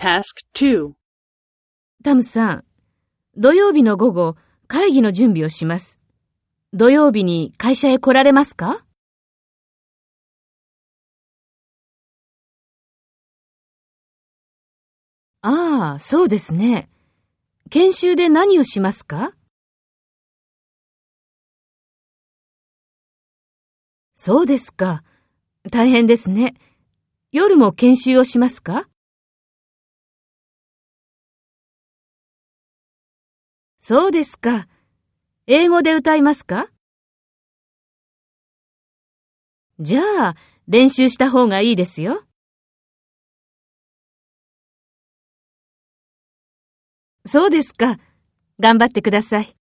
Task 2. タムさん、土曜日の午後、会議の準備をします。土曜日に会社へ来られますか？ああ、そうですね。研修で何をしますか？そうですか。大変ですね。夜も研修をしますか？そうですか。英語で歌いますか？じゃあ、練習した方がいいですよ。そうですか。頑張ってください。